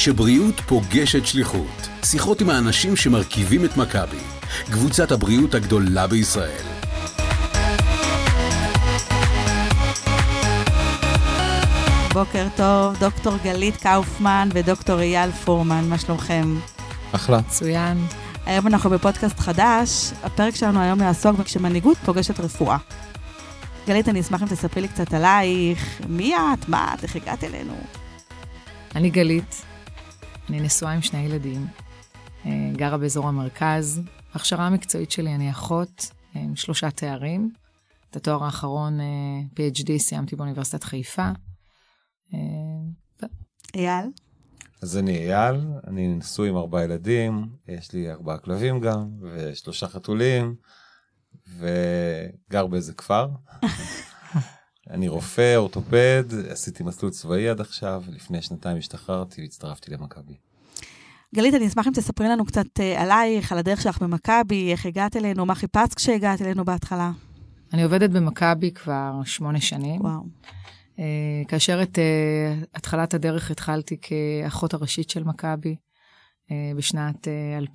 כשבריאות פוגשת שליחות. שיחות עם האנשים שמרכיבים את מכבי. קבוצת הבריאות הגדולה בישראל. בוקר טוב, דוקטור גלית קאופמן ודוקטור אייל פורמן, מה שלומכם? אחלה. מצוין. היום אנחנו בפודקאסט חדש, הפרק שלנו היום יעסוק כשמנהיגות פוגשת רפואה. גלית, אני אשמח אם תספרי לי קצת עלייך, מי את, מה את, איך הגעת אלינו? אני גלית, אני נשואה עם 2 ילדים, גרה באזור המרכז. ההכשרה המקצועית שלי, אני אחות עם 3 תארים. את התואר האחרון, PhD, סיימתי באוניברסיטת חיפה. אייל? אז אני אייל, אני נשוי עם 4 ילדים, יש לי 4 כלבים גם, ו3 חתולים, וגר באיזה כפר. אני רופא, אורתופד, עשיתי מסלול צבאי עד עכשיו, לפני 2 השתחררתי והצטרפתי למכבי. גלית, אני אשמח אם תספרי לנו קצת עלייך, על הדרך שלך במכבי, איך הגעת אלינו, מה חיפשת כשהגעת אלינו בהתחלה? אני עובדת במכבי כבר 8 שנים. וואו. כאשר את התחלת הדרך התחלתי כאחות הראשית של מכבי, בשנת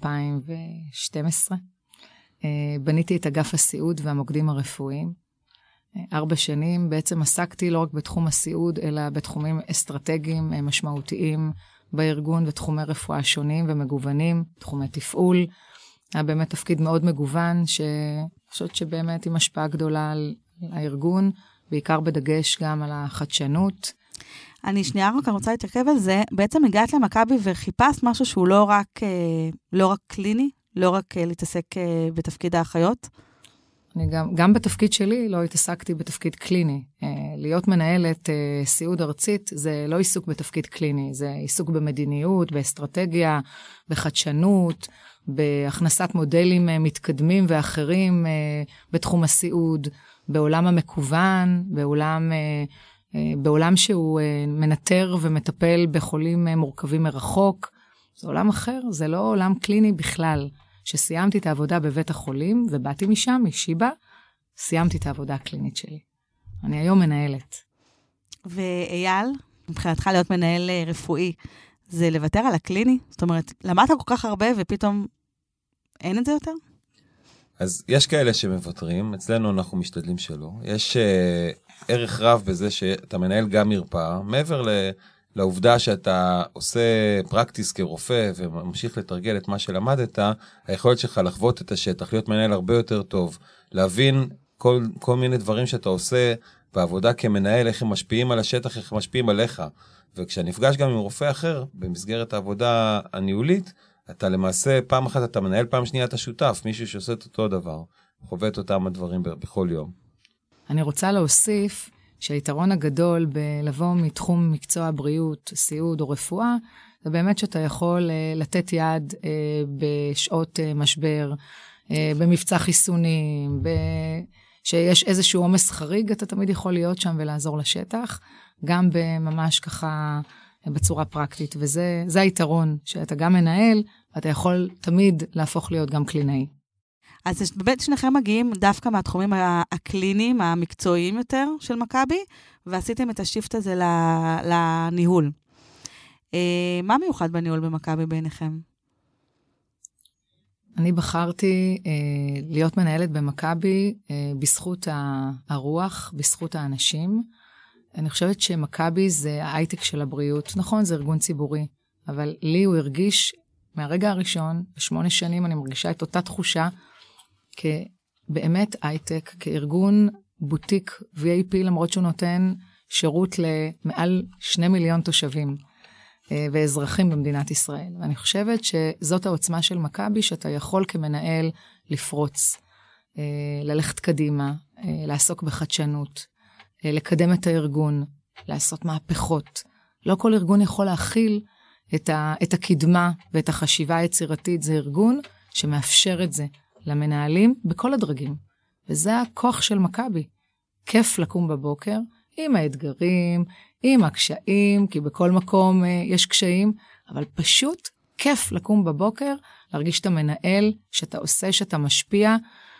2012. בניתי את אגף הסיעוד והמוקדים הרפואיים. 4 שנים בעצם עסקתי לא רק בתחום הסיעוד, אלא בתחומים אסטרטגיים משמעותיים בארגון ותחומי רפואה שונים ומגוונים, תחומי תפעול. היה באמת תפקיד מאוד מגוון, שאני חושבת שבאמת עם השפעה גדולה על הארגון, בעיקר בדגש גם על החדשנות. אני שנייה רק רוצה להתרכב על זה, בעצם הגעת למכבי וחיפשת משהו שהוא לא רק קליני, לא רק להתעסק בתפקיד האחיות? אני גם בתפקיד שלי לא התעסקתי בתפקיד קליני. להיות מנהלת סיעוד ארצית זה לא עיסוק בתפקיד קליני, זה עיסוק במדיניות, באסטרטגיה, בחדשנות, בהכנסת מודלים מתקדמים ואחרים בתחום הסיעוד, בעולם המקוון, בעולם שהוא מנטר ומטפל בחולים מורכבים מרחוק. זה עולם אחר, זה לא עולם קליני בכלל. שסיימתי את העבודה בבית החולים, ובאתי משם, משיבה, סיימתי את העבודה הקלינית שלי. אני היום מנהלת. ואייל, מבחינתך להיות מנהל רפואי, זה לוותר על הקליני? זאת אומרת, למדת כל כך הרבה ופתאום אין את זה יותר? אז יש כאלה שמוותרים, אצלנו אנחנו משתדלים שלא. יש ערך רב בזה שאתה מנהל גם מרפאה, מעבר לעובדה שאתה עושה פרקטיס כרופא וממשיך לתרגל את מה שלמדת, היכולת שלך לחוות את השטח, להיות מנהל הרבה יותר טוב, להבין כל מיני דברים שאתה עושה בעבודה כמנהל, איך הם משפיעים על השטח, איך הם משפיעים עליך. וכשאני נפגש גם עם רופא אחר, במסגרת העבודה הניהולית, אתה למעשה פעם אחת אתה מנהל, פעם שנייה אתה שותף, מישהו שעושה את אותו דבר, חווה את אותם הדברים בכל יום. אני רוצה להוסיף שהיתרון הגדול בלבוא מתחום מקצוע הבריאות, סיעוד או רפואה, זה באמת שאתה יכול לתת יד בשעות משבר, במבצע חיסונים, שיש איזשהו עומס חריג, אתה תמיד יכול להיות שם ולעזור לשטח, גם בממש ככה בצורה פרקטית, וזה היתרון, שאתה גם מנהל, אתה יכול תמיד להפוך להיות גם קלינאי. אז באמת שניכם מגיעים דווקא מהתחומים הקליניים, המקצועיים יותר של מכבי, ועשיתם את השיפט הזה לניהול. מה מיוחד בניהול במכבי בעיניכם? אני בחרתי להיות מנהלת במכבי בזכות הרוח, בזכות האנשים. אני חושבת שמכבי זה ההייטק של הבריאות. נכון, זה ארגון ציבורי, אבל לי הוא הרגיש מהרגע הראשון, ב8 שנים אני מרגישה את אותה תחושה, כבאמת הייטק, כארגון בוטיק VIP, למרות שהוא נותן שירות למעל 2 מיליון תושבים ואזרחים במדינת ישראל. ואני חושבת שזאת העוצמה של מכבי, שאתה יכול כמנהל לפרוץ, ללכת קדימה, לעסוק בחדשנות, לקדם את הארגון, לעשות מהפכות. לא כל ארגון יכול להכיל את הקדמה ואת החשיבה היצירתית. זה ארגון שמאפשר את זה למנהלים בכל הדרגים. וזה הכוח של מכבי. כיף לקום בבוקר עם האתגרים, עם הקשיים, כי בכל מקום יש קשיים, אבל פשוט כיף לקום בבוקר, להרגיש שאתה מנהל, שאתה עושה, שאתה משפיע,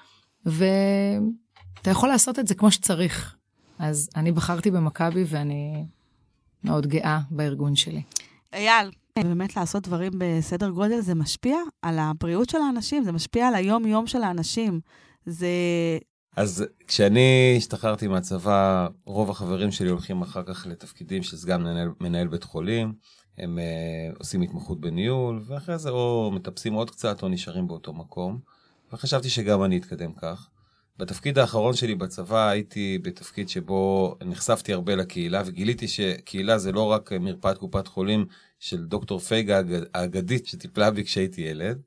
ואתה יכול לעשות את זה כמו שצריך. אז אני בחרתי במכבי ואני מאוד גאה בארגון שלי. אייל, באמת לעשות דברים בסדר גודל, זה משפיע על הבריאות של האנשים, זה משפיע על היום-יום של האנשים. אז כשאני השתחררתי מהצבא, רוב החברים שלי הולכים אחר כך לתפקידים של סגן מנהל בית חולים, הם עושים התמחות בניהול, ואחרי זה או מטפסים עוד קצת או נשארים באותו מקום, וחשבתי שגם אני אתקדם כך. בתפקיד האחרון שלי בצבא הייתי בתפקיד שבו נחשפתי הרבה לקהילה, וגיליתי שקהילה זה לא רק מרפאת קופת חולים של דוקטור פייגה האגדית שטיפלה בי כשהייתי ילד,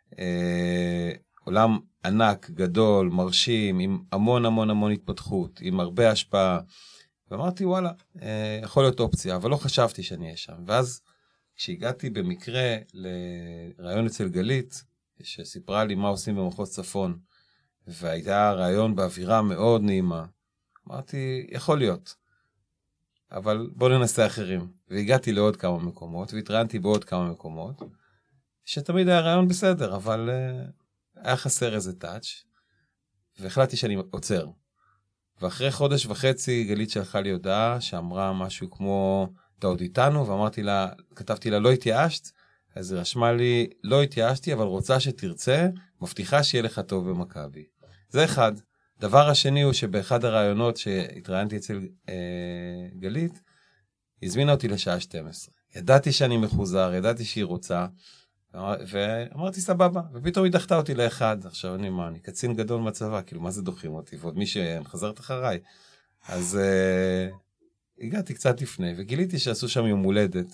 עולם ענק, גדול, מרשים, עם המון המון המון התפתחות, עם הרבה השפעה, ואמרתי וואלה, יכול להיות אופציה, אבל לא חשבתי שאני אהיה שם. ואז כשהגעתי במקרה לרעיון אצל גלית, שסיפרה לי מה עושים במחוז צפון, והייתה רעיון באווירה מאוד נעימה, אמרתי, יכול להיות, אבל בוא ננסה אחרים. והגעתי לעוד כמה מקומות, והתראיינתי בעוד כמה מקומות, שתמיד היה רעיון בסדר, אבל היה חסר איזה טאץ', והחלטתי שאני עוצר. ואחרי חודש וחצי גלית שלחה לי הודעה שאמרה משהו כמו, אתה עוד איתנו? ואמרתי לה, כתבתי לה, לא התייאשת? אז היא רשמה לי, לא התייאשתי, אבל רוצה שתרצה, מבטיחה שיהיה לך טוב במכבי. זה אחד. דבר השני הוא שבאחד הרעיונות שהתראיינתי אצל גלית, הזמינה אותי לשעה 12. ידעתי שאני מחוזר, ידעתי שהיא רוצה, ואמרתי סבבה, ופתאום היא דחתה אותי לאחד. עכשיו אני קצין גדול בצבא, כאילו מה זה דוחים אותי, ועוד מי שחזרת אחריי. אז הגעתי קצת לפני, וגיליתי שעשו שם יום הולדת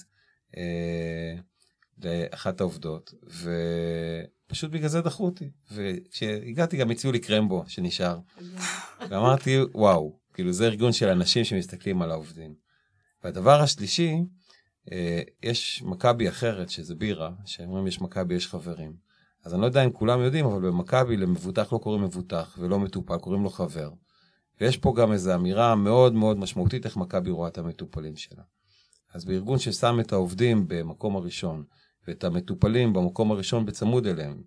לאחת העובדות, ופשוט בגלל זה דחו אותי. וכשהגעתי גם הציעו לי קרמבו שנשאר. ואמרתי וואו, כאילו זה ארגון של אנשים שמסתכלים על העובדים. והדבר השלישי, יש מכבי אחרת, שזה בירה, שאומרים יש מכבי, יש חברים. אז אני לא יודע אם כולם יודעים, אבל במכבי למבוטח לא קוראים מבוטח, ולא מטופל, קוראים לו חבר. ויש פה גם איזו אמירה מאוד מאוד משמעותית, איך מכבי רואה את המטופלים שלה. אז בארגון ששם את העובדים במקום הראשון, ואת המטופלים במקום הראשון בצמוד אליהם,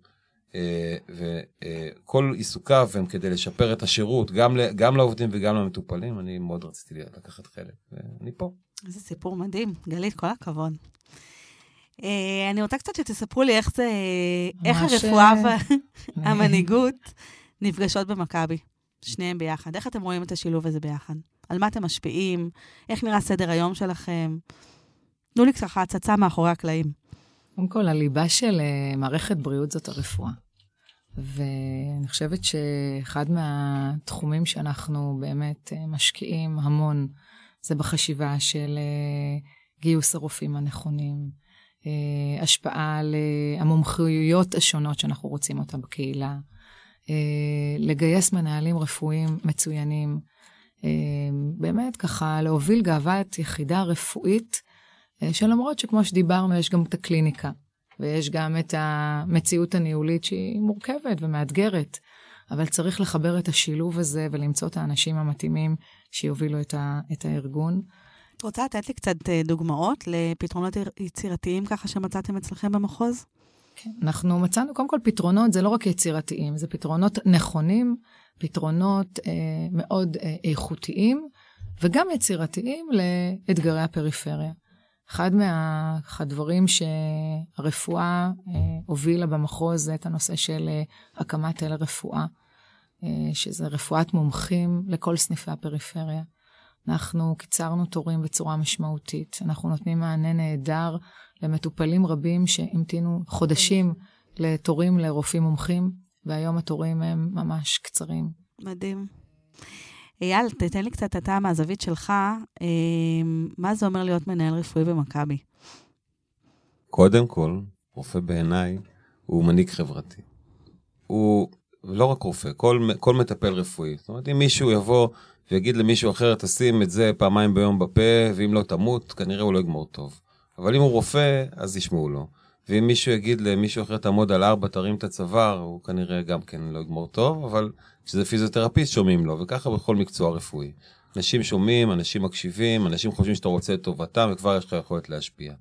וכל עיסוקיו הם כדי לשפר את השירות, גם לעובדים וגם למטופלים, אני מאוד רציתי לקחת חלק, ואני פה. איזה סיפור מדהים, גלית, כל הכבוד. אני רוצה קצת שתספרו לי איך הרפואה והמנהיגות נפגשות במכבי, שניהם ביחד. איך אתם רואים את השילוב הזה ביחד? על מה אתם משפיעים? איך נראה סדר היום שלכם? תנו לי ככה הצצה מאחורי הקלעים. קודם כל, הליבה של מערכת בריאות זאת הרפואה. ואני חושבת שאחד מהתחומים שאנחנו באמת משקיעים המון, זה בחשיבה של גיוס הרופאים הנכונים, השפעה על המומחיויות השונות שאנחנו רוצים אותה בקהילה, לגייס מנהלים רפואיים מצוינים, באמת ככה להוביל גאוות יחידה רפואית, שלמרות שכמו שדיברנו יש גם את הקליניקה, ויש גם את המציאות הניהולית שהיא מורכבת ומאתגרת, אבל צריך לחבר את השילוב הזה ולמצוא את האנשים המתאימים שיובילו את הארגון. את רוצה לתת לי קצת דוגמאות לפתרונות יצירתיים ככה שמצאתם אצלכם במחוז? כן, אנחנו מצאנו קודם כל פתרונות, זה לא רק יצירתיים, זה פתרונות נכונים, פתרונות מאוד איכותיים, וגם יצירתיים לאתגרי הפריפריה. אחד מהדברים שהרפואה הובילה במחוז זה את הנושא של הקמת תל רפואה, שזה רפואת מומחים לכל סניפי הפריפריה. אנחנו קיצרנו תורים בצורה משמעותית, אנחנו נותנים מענה נהדר למטופלים רבים שהמתינו חודשים לתורים לרופאים מומחים, והיום התורים הם ממש קצרים. מדהים. אייל, תתן לי קצת אתה מהזווית שלך, מה זה אומר להיות מנהל רפואי במכבי? קודם כל, רופא בעיניי הוא מנהיג חברתי. הוא לא רק רופא, כל מטפל רפואי. זאת אומרת, אם מישהו יבוא ויגיד למישהו אחר, תשים את זה פעמיים ביום בפה, ואם לא תמות, כנראה הוא לא יגמור טוב. אבל אם הוא רופא, אז ישמעו לו. ואם מישהו יגיד למישהו אחר, תעמוד על 4, תרים את הצוואר, הוא כנראה גם כן לא יגמור טוב, אבל כשזה פיזיותרפיסט שומעים לו, וככה בכל מקצוע רפואי. אנשים שומעים, אנשים מקשיבים, אנשים חושבים שאתה רוצה את טובתם, וכבר יש לך יכולת להשפיע.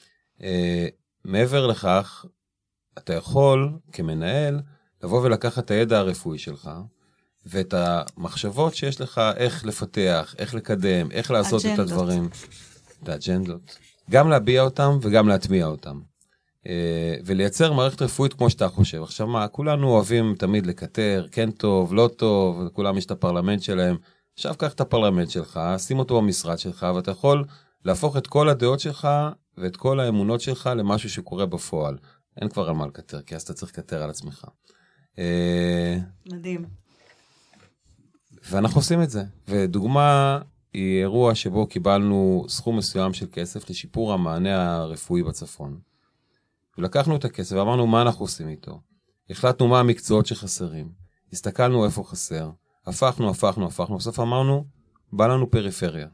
מעבר לכך, אתה יכול, כמנהל, לבוא ולקחת את הידע הרפואי שלך, ואת המחשבות שיש לך איך לפתח, איך לקדם, איך לעשות את הדברים. את האג'נדות. גם להביע אותם וגם להטמיע אותם. ולייצר מערכת רפואית כמו שאתה חושב. עכשיו מה, כולנו אוהבים תמיד לקטר, כן טוב, לא טוב, כולם יש את הפרלמנט שלהם. עכשיו קח את הפרלמנט שלך, שים אותו במשרד שלך, ואתה יכול להפוך את כל הדעות שלך ואת כל האמונות שלך למשהו שקורה בפועל. אין כבר על מה לקטר, כי אז אתה צריך לקטר על עצמך. מדהים. ואנחנו עושים את זה. ודוגמה היא אירוע שבו קיבלנו סכום מסוים של כסף לשיפור המענה הרפואי בצפון. ולקחנו את הכסף ואמרנו מה אנחנו עושים איתו. החלטנו מה המקצועות שחסרים. הסתכלנו איפה חסר. הפכנו. בסוף אמרנו, בא לנו פריפריה.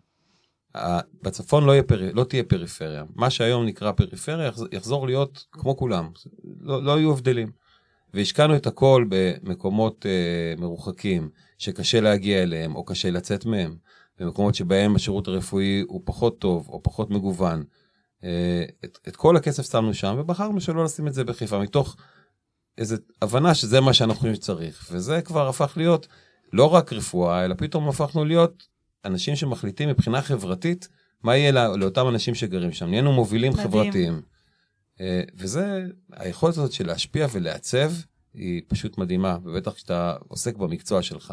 בצפון לא תהיה פריפריה. מה שהיום נקרא פריפריה יחזור להיות כמו כולם. לא יהיו הבדלים. והשקענו את הכל במקומות מרוחקים, שקשה להגיע אליהם או קשה לצאת מהם. במקומות שבהם השירות הרפואי הוא פחות טוב או פחות מגוון. את כל הכסף שמנו שם, ובחרנו שלא לשים את זה בחיפה, מתוך איזו הבנה שזה מה שאנחנו חושבים שצריך. וזה כבר הפך להיות לא רק רפואה, אלא פתאום הפכנו להיות אנשים שמחליטים מבחינה חברתית, מה יהיה לאותם אנשים שגרים שם. נהיינו מובילים חברתיים. וזה, היכולת הזאת של להשפיע ולעצב, היא פשוט מדהימה, ובטח כשאתה עוסק במקצוע שלך.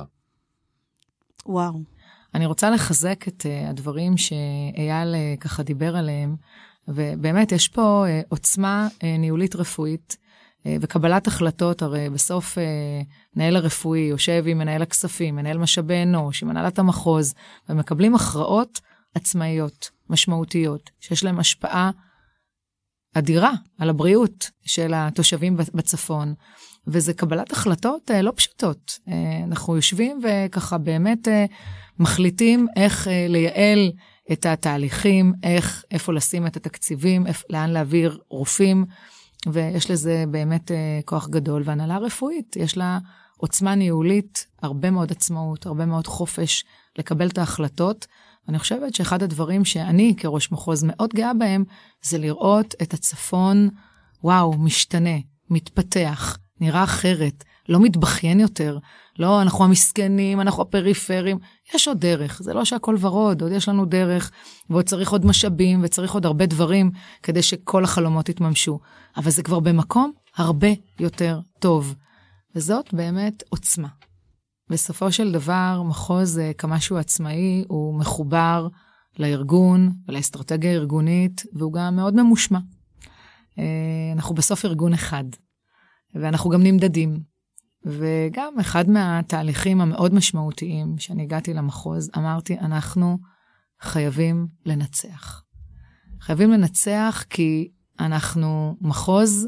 וואו. אני רוצה לחזק את הדברים שאייל ככה דיבר עליהם, ובאמת יש פה עוצמה ניהולית רפואית, וקבלת החלטות, הרי בסוף מנהל הרפואי יושב עם מנהל הכספים, מנהל משאבי אנוש, עם מנהלת המחוז, ומקבלים הכרעות עצמאיות, משמעותיות, שיש להם השפעה אדירה על הבריאות של התושבים בצפון, וזה קבלת החלטות לא פשוטות. אנחנו יושבים וככה באמת מחליטים איך לייעל את התהליכים, איפה לשים את התקציבים, לאן להעביר רופאים, ויש לזה באמת כוח גדול. והנהלה רפואית, יש לה עוצמה ניהולית, הרבה מאוד עצמאות, הרבה מאוד חופש לקבל את ההחלטות. אני חושבת שאחד הדברים שאני כראש מחוז מאוד גאה בהם, זה לראות את הצפון, וואו, משתנה, מתפתח, נראה אחרת, לא מתבכיין יותר, לא, אנחנו המסכנים, אנחנו הפריפרים, יש עוד דרך, זה לא שהכל ורוד, עוד יש לנו דרך, ועוד צריך עוד משאבים, וצריך עוד הרבה דברים, כדי שכל החלומות יתממשו, אבל זה כבר במקום הרבה יותר טוב, וזאת באמת עוצמה. בסופו של דבר, מחוז כמשהו עצמאי, הוא מחובר לארגון, ולאסטרטגיה הארגונית, והוא גם מאוד ממושמע. אנחנו בסוף ארגון אחד, ואנחנו גם נמדדים. וגם אחד מהתהליכים המאוד משמעותיים, שאני הגעתי למחוז, אמרתי, אנחנו חייבים לנצח. חייבים לנצח כי אנחנו מחוז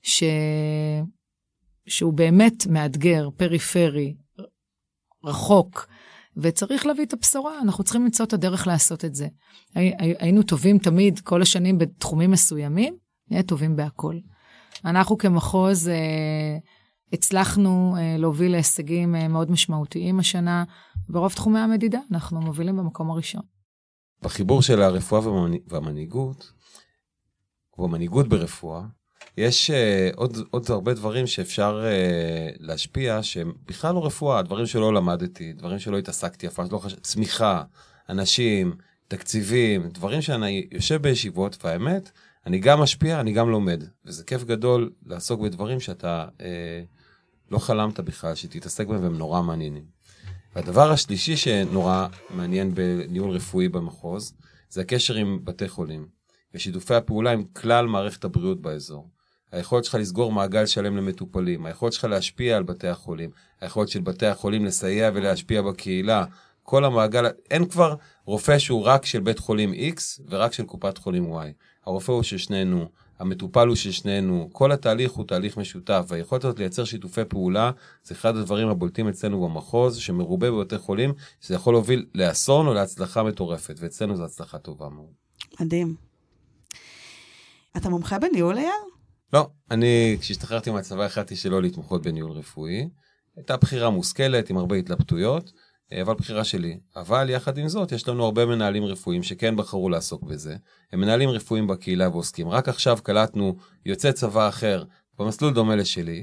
שהוא באמת מאתגר, פריפרי, רחוק, וצריך להביא את הבשורה, אנחנו צריכים למצוא את הדרך לעשות את זה. היינו טובים תמיד כל השנים בתחומים מסוימים, נהיה טובים בהכל. אנחנו כמחוז הצלחנו להוביל להישגים מאוד משמעותיים השנה, ברוב תחומי המדידה אנחנו מובילים במקום הראשון. בחיבור של הרפואה והמנהיגות, והמנהיגות ברפואה, יש עוד הרבה דברים שאפשר להשפיע, שהם בכלל לא רפואה, דברים שלא למדתי, דברים שלא התעסקתי, צמיחה, אנשים, תקציבים, דברים שאני יושב בישיבות, והאמת, אני גם משפיע, אני גם לומד. וזה כיף גדול לעסוק בדברים שאתה לא חלמת בכלל, שתתעסק בהם והם נורא מעניינים. והדבר השלישי שנורא מעניין בניהול רפואי במחוז, זה הקשר עם בתי חולים. ושיתופי הפעולה עם כלל מערכת הבריאות באזור. היכולת שלך לסגור מעגל שלם למטופלים, היכולת שלך להשפיע על בתי החולים, היכולת של בתי החולים לסייע ולהשפיע בקהילה, כל המעגל, אין כבר רופא שהוא רק של בית חולים X ורק של קופת חולים Y. הרופא הוא של שנינו, המטופל הוא של שנינו, כל התהליך הוא תהליך משותף, והיכולת הזאת לייצר שיתופי פעולה, זה אחד הדברים הבולטים אצלנו במחוז, שמרובה בבתי חולים, שזה יכול להוביל לאסון או להצלחה מטורפת, ואצלנו זו הצלחה טובה מאוד. מדהים. אתה מומחה בניהול, אייל? לא, אני כשהשתחררתי מהצבא החלטתי שלא להתמחות בניהול רפואי, הייתה בחירה מושכלת עם הרבה התלבטויות, אבל בחירה שלי. אבל יחד עם זאת, יש לנו הרבה מנהלים רפואיים שכן בחרו לעסוק בזה. הם מנהלים רפואיים בקהילה ועוסקים. רק עכשיו קלטנו יוצא צבא אחר, במסלול דומה לשלי,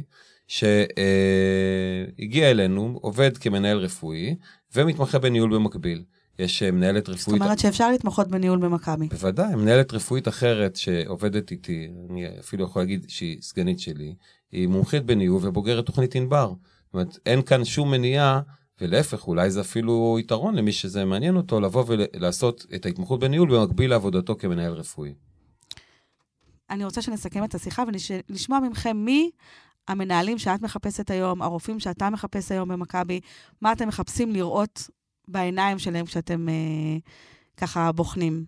שהגיע אלינו, עובד כמנהל רפואי, ומתמחה בניהול במקביל. יש מנהלת רפואית... זאת אומרת שאפשר להתמחות בניהול במכבי. בוודאי, מנהלת רפואית אחרת שעובדת איתי, אני אפילו יכול להגיד שהיא סגנית שלי, היא מומחית בניהול ובוגרת תוכנית ענבר. זאת אומרת, אין כאן שום מניעה, ולהפך, אולי זה אפילו יתרון למי שזה מעניין אותו, לבוא ולעשות את ההתמחות בניהול במקביל לעבודתו כמנהל רפואי. אני רוצה שנסכם את השיחה ונשמע ממכם מי המנהלים שאת מחפשת היום, הרופאים שאתה מחפש היום במכבי, מה אתם מחפשים לראות בעיניים שלהם כשאתם ככה בוחנים?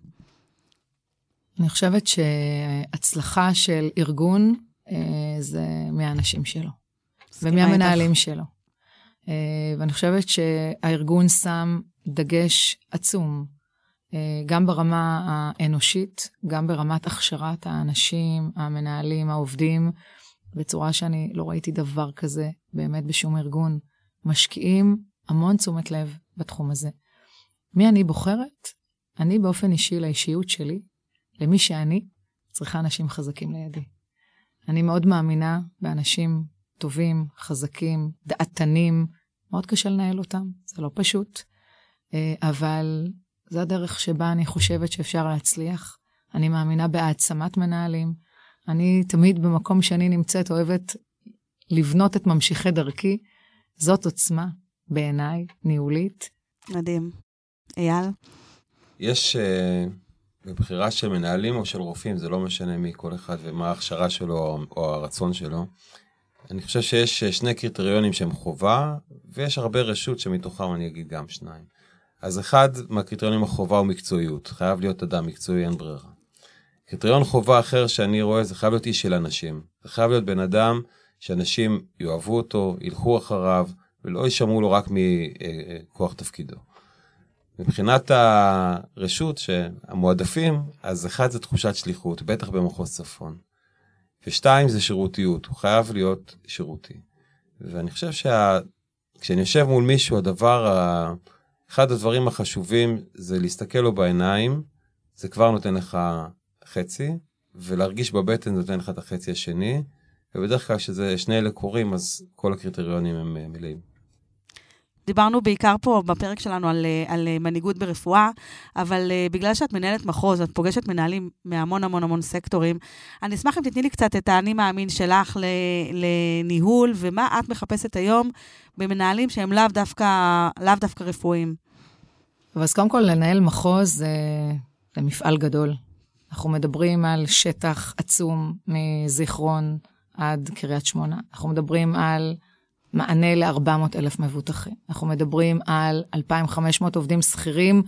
אני חושבת שהצלחה של ארגון זה מהאנשים שלו, ומהמנהלים שלו. ואני חושבת שהארגון שם דגש עצום, גם ברמה האנושית, גם ברמת הכשרת האנשים, המנהלים, העובדים, בצורה שאני לא ראיתי דבר כזה באמת בשום ארגון. משקיעים המון תשומת לב בתחום הזה. מי אני בוחרת? אני באופן אישי לאישיות שלי, למי שאני, צריכה אנשים חזקים לידי. אני מאוד מאמינה באנשים טובים, חזקים, דעתנים, מאוד קשה לנהל אותם, זה לא פשוט, אבל זו הדרך שבה אני חושבת שאפשר להצליח. אני מאמינה בהעצמת מנהלים, אני תמיד במקום שאני נמצאת אוהבת לבנות את ממשיכי דרכי, זאת עוצמה בעיניי, ניהולית. מדהים. אייל? יש בבחירה של מנהלים או של רופאים, זה לא משנה מי כל אחד ומה ההכשרה שלו או הרצון שלו. אני חושב שיש שני קריטריונים שהם חובה, ויש הרבה רשות שמתוכם אני אגיד גם שניים. אז אחד מהקריטריונים החובה הוא מקצועיות. חייב להיות אדם מקצועי, אין ברירה. קריטריון חובה אחר שאני רואה, זה חייב להיות איש של אנשים. זה חייב להיות בן אדם שאנשים יאהבו אותו, ילכו אחריו, ולא ישמעו לו רק מכוח תפקידו. מבחינת הרשות שהמועדפים, אז אחד זה תחושת שליחות, בטח במחוז צפון. ושתיים זה שירותיות, הוא חייב להיות שירותי. ואני חושב כשאני יושב מול מישהו, אחד הדברים החשובים זה להסתכל לו בעיניים, זה כבר נותן לך חצי, ולהרגיש בבטן זה נותן לך את החצי השני, ובדרך כלל שזה שני אלה קורים, אז כל הקריטריונים הם מלאים. דיברנו בעיקר פה בפרק שלנו על מנהיגות ברפואה, אבל בגלל שאת מנהלת מחוז, את פוגשת מנהלים מהמון המון המון סקטורים, אני אשמח אם תתני לי קצת את האני מאמין שלך לניהול, ומה את מחפשת היום במנהלים שהם לאו דווקא רפואיים. אז קודם כל, לנהל מחוז זה מפעל גדול. אנחנו מדברים על שטח עצום מזיכרון עד קריית שמונה. אנחנו מדברים על מענה ל-400,000 מבוטחים. אנחנו מדברים על 2,500 עובדים שכירים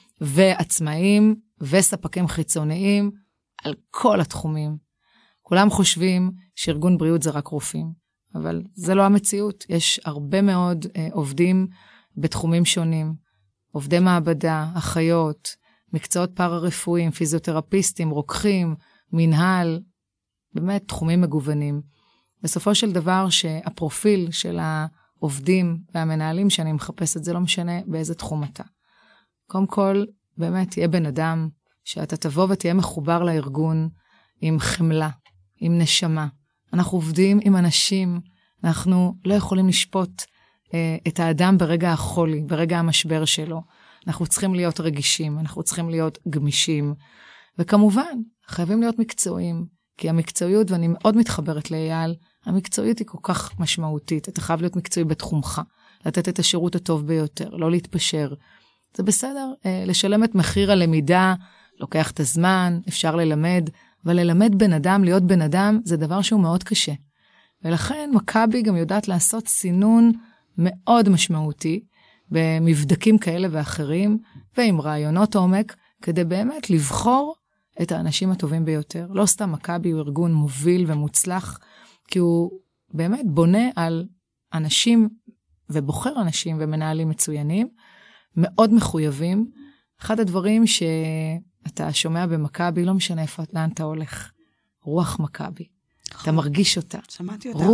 ועצמאים וספקים חיצוניים על כל התחומים. כולם חושבים שארגון בריאות זה רק רופאים, אבל זה לא המציאות. יש הרבה מאוד עובדים בתחומים שונים, עובדי מעבדה, אחיות, מקצועות פארה-רפואיים, פיזיותרפיסטים, רוקחים, מנהל, באמת תחומים מגוונים. בסופו של דבר שהפרופיל של העובדים והמנהלים שאני מחפשת, זה לא משנה באיזה תחום אתה. קודם כל, באמת תהיה בן אדם שאתה תבוא ותהיה מחובר לארגון עם חמלה, עם נשמה. אנחנו עובדים עם אנשים, אנחנו לא יכולים לשפוט את האדם ברגע החולי, ברגע המשבר שלו. אנחנו צריכים להיות רגישים, אנחנו צריכים להיות גמישים, וכמובן, חייבים להיות מקצועיים, כי המקצועיות, ואני מאוד מתחברת לאייל, המקצועיות היא כל כך משמעותית, אתה חייב להיות מקצועי בתחומך, לתת את השירות הטוב ביותר, לא להתפשר. זה בסדר, לשלם את מחיר הלמידה, לוקח את הזמן, אפשר ללמד, אבל ללמד בן אדם, להיות בן אדם, זה דבר שהוא מאוד קשה. ולכן מכבי גם יודעת לעשות סינון מאוד משמעותי, במבדקים כאלה ואחרים, ועם רעיונות עומק, כדי באמת לבחור את האנשים הטובים ביותר. לא סתם מכבי הוא ארגון מוביל ומוצלח, כי הוא באמת בונה על אנשים, ובוחר אנשים ומנהלים מצוינים, מאוד מחויבים. אחד הדברים שאתה שומע במכבי, לא משנה איפה, לאן אתה הולך. רוח מכבי. אתה מרגיש אותה. שמעתי אותה.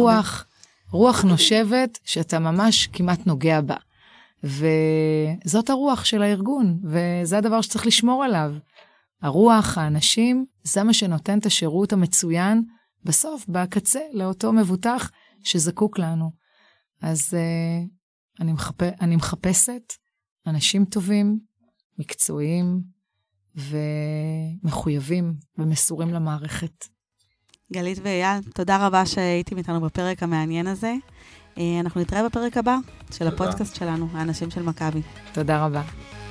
רוח נושבת, שאתה ממש כמעט נוגע בה. וזאת הרוח של הארגון, וזה הדבר שצריך לשמור עליו. הרוח, האנשים, זה מה שנותן את השירות המצוין, בסוף, בקצה, לאותו מבוטח שזקוק לנו. אז אני מחפשת אנשים טובים, מקצועיים ומחויבים ומסורים למערכת. גלית ואייל, תודה רבה שהייתם איתנו בפרק המעניין הזה. אנחנו נתראה בפרק הבא של הפודקאסט שלנו, האנשים של מכבי. תודה רבה.